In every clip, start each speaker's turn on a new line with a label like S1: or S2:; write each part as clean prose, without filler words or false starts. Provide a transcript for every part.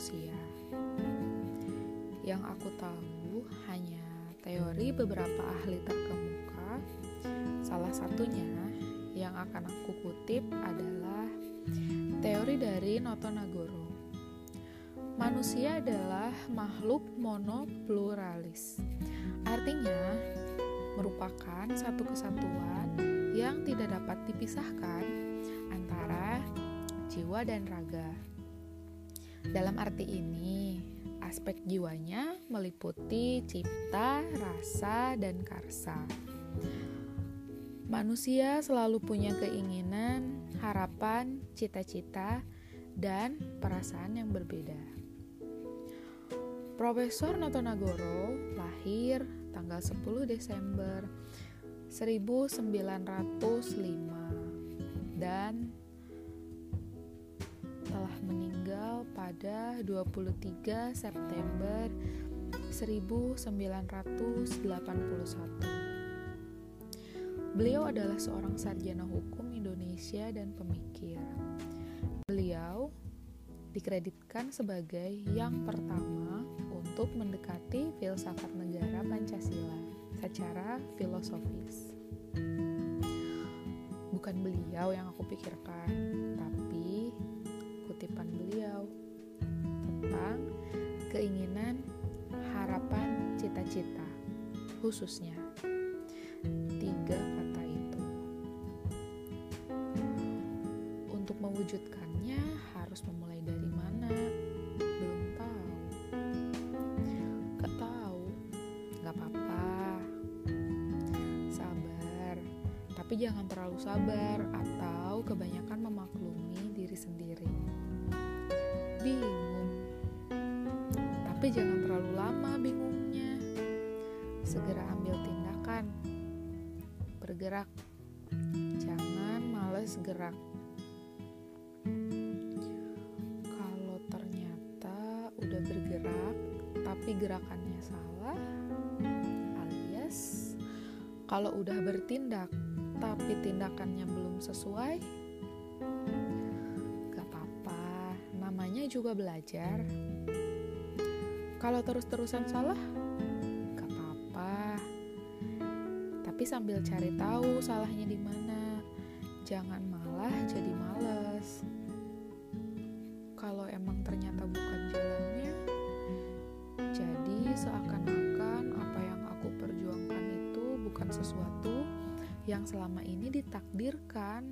S1: manusia. Yang aku tahu hanya teori beberapa ahli terkemuka. Salah satunya yang akan aku kutip adalah teori dari Notonagoro. Manusia adalah makhluk monopluralis. Artinya, merupakan satu kesatuan yang tidak dapat dipisahkan antara jiwa dan raga. Dalam arti ini, aspek jiwanya meliputi cipta, rasa, dan karsa. Manusia selalu punya keinginan, harapan, cita-cita, dan perasaan yang berbeda. Profesor Notonagoro lahir tanggal 10 Desember 1905 dan telah meninggal pada 23 September 1981. Beliau adalah seorang sarjana hukum Indonesia dan pemikir. Beliau dikreditkan sebagai yang pertama untuk mendekati filsafat negara Pancasila secara filosofis. Bukan beliau yang aku pikirkan, tapi kutipan beliau tentang keinginan, harapan, cita-cita, khususnya 3 kata itu. Untuk mewujudkannya harus memulai dari mana? Belum tahu. Gak tahu. Gak apa-apa. Sabar. Tapi jangan terlalu sabar atau kebanyakan memaklumi diri sendiri. Bingung. Tapi jangan terlalu lama bingungnya. Segera ambil tindakan. Bergerak. Jangan malas gerak. Kalau ternyata udah bergerak tapi gerakannya salah, alias kalau udah bertindak tapi tindakannya belum sesuai, gak apa-apa, namanya juga belajar. Kalau terus-terusan salah, gak apa-apa, tapi sambil cari tahu salahnya di mana. Jangan malah jadi malas. Kalau emang ternyata bukan jalannya, jadi seakan-akan apa yang aku perjuangkan itu bukan sesuatu yang selama ini ditakdirkan.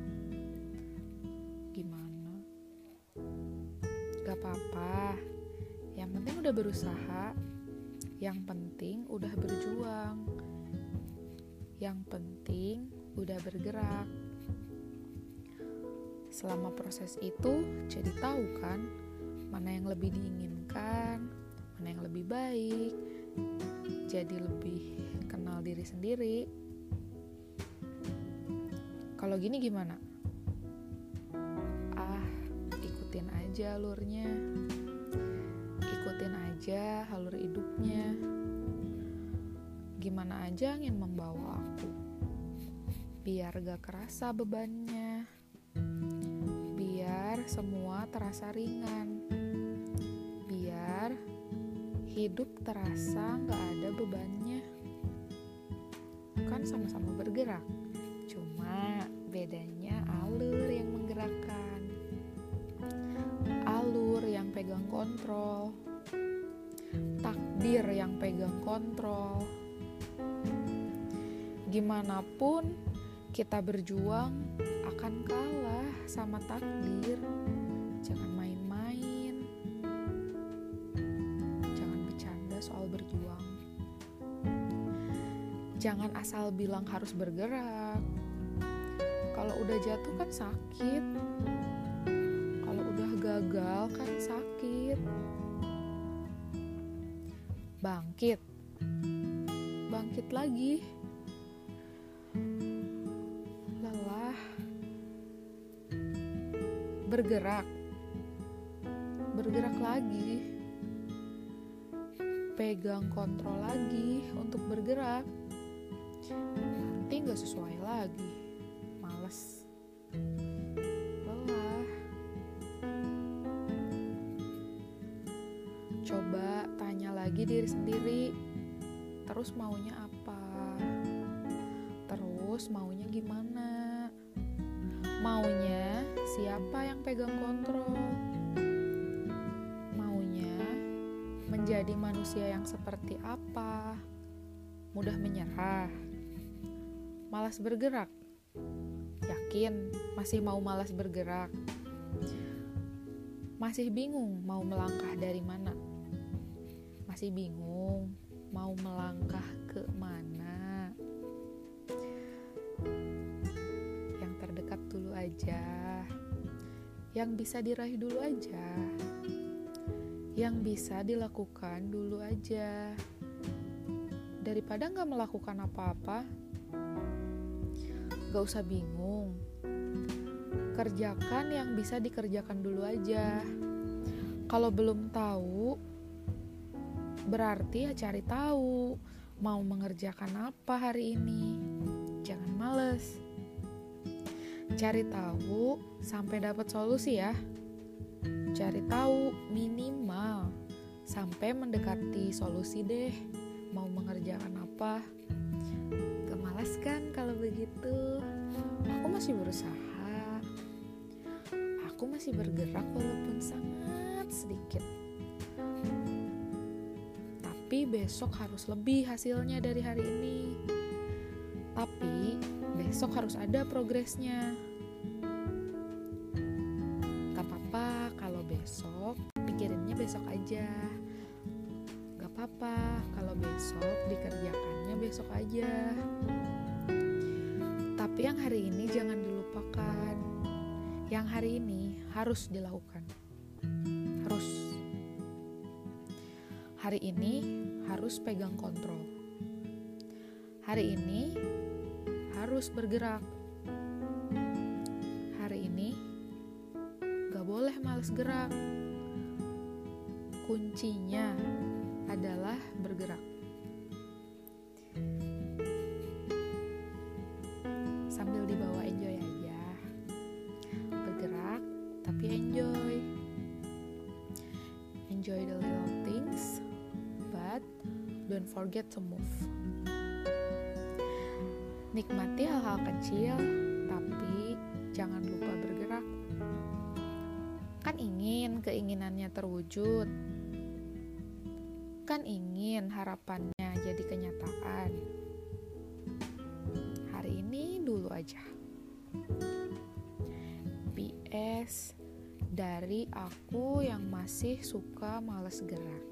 S1: Gimana? Gak apa-apa. Yang penting udah berusaha. Yang penting udah berjuang. Yang penting udah bergerak. Selama proses itu jadi tahu kan mana yang lebih diinginkan, mana yang lebih baik. Jadi lebih kenal diri sendiri. Kalau gini gimana? Ikutin aja alurnya. Ikutin aja alur hidupnya. Gimana aja ingin membawa aku. Biar gak kerasa bebannya. Biar semua terasa ringan. Biar hidup terasa gak ada bebannya. Kan sama-sama bergerak. Cuma bedanya alur yang menggerakkan. Alur yang pegang kontrol. Takdir yang pegang kontrol. Gimana pun kita berjuang akan kalah sama takdir. Jangan main-main. Jangan bercanda soal berjuang. Jangan asal bilang harus bergerak. Kalau udah jatuh kan sakit. Kalau udah gagal kan sakit. Bangkit. Bangkit lagi. Lelah. Bergerak. Bergerak lagi. Pegang kontrol lagi untuk bergerak. Nanti gak sesuai lagi. Males. Lelah. Coba tanya lagi diri sendiri, terus maunya apa? Terus maunya gimana? Maunya siapa yang pegang kontrol? Maunya menjadi manusia yang seperti apa? Mudah menyerah? Malas bergerak? Yakin masih mau malas bergerak? Masih bingung mau melangkah dari mana? Masih bingung mau melangkah ke mana? Yang terdekat dulu aja, yang bisa diraih dulu aja, yang bisa dilakukan dulu aja, daripada gak melakukan apa-apa. Gak usah bingung, kerjakan yang bisa dikerjakan dulu aja. Kalau belum tahu, berarti ya cari tahu mau mengerjakan apa hari ini. Jangan males, cari tahu sampai dapat solusi ya. Cari tahu minimal sampai mendekati solusi deh, mau mengerjakan apa. Gak malas kan kalau begitu? Aku masih berusaha, aku masih bergerak walaupun sangat sedikit. Tapi besok harus lebih hasilnya dari hari ini. Tapi besok harus ada progresnya. Gak apa-apa kalau besok pikirinnya besok aja. Gak apa-apa kalau besok dikerjakannya besok aja. Tapi yang hari ini jangan dilupakan. Yang hari ini harus dilakukan. Harus. Hari ini harus pegang kontrol. Hari ini harus bergerak. Hari ini gak boleh malas gerak. Kuncinya adalah bergerak. Sambil dibawa enjoy aja. Bergerak tapi enjoy. Enjoy the little things, but don't forget to move. Nikmati hal-hal kecil, tapi jangan lupa bergerak. Kan ingin keinginannya terwujud. Kan ingin harapannya jadi kenyataan. Hari ini dulu aja. PS dari aku yang masih suka malas gerak.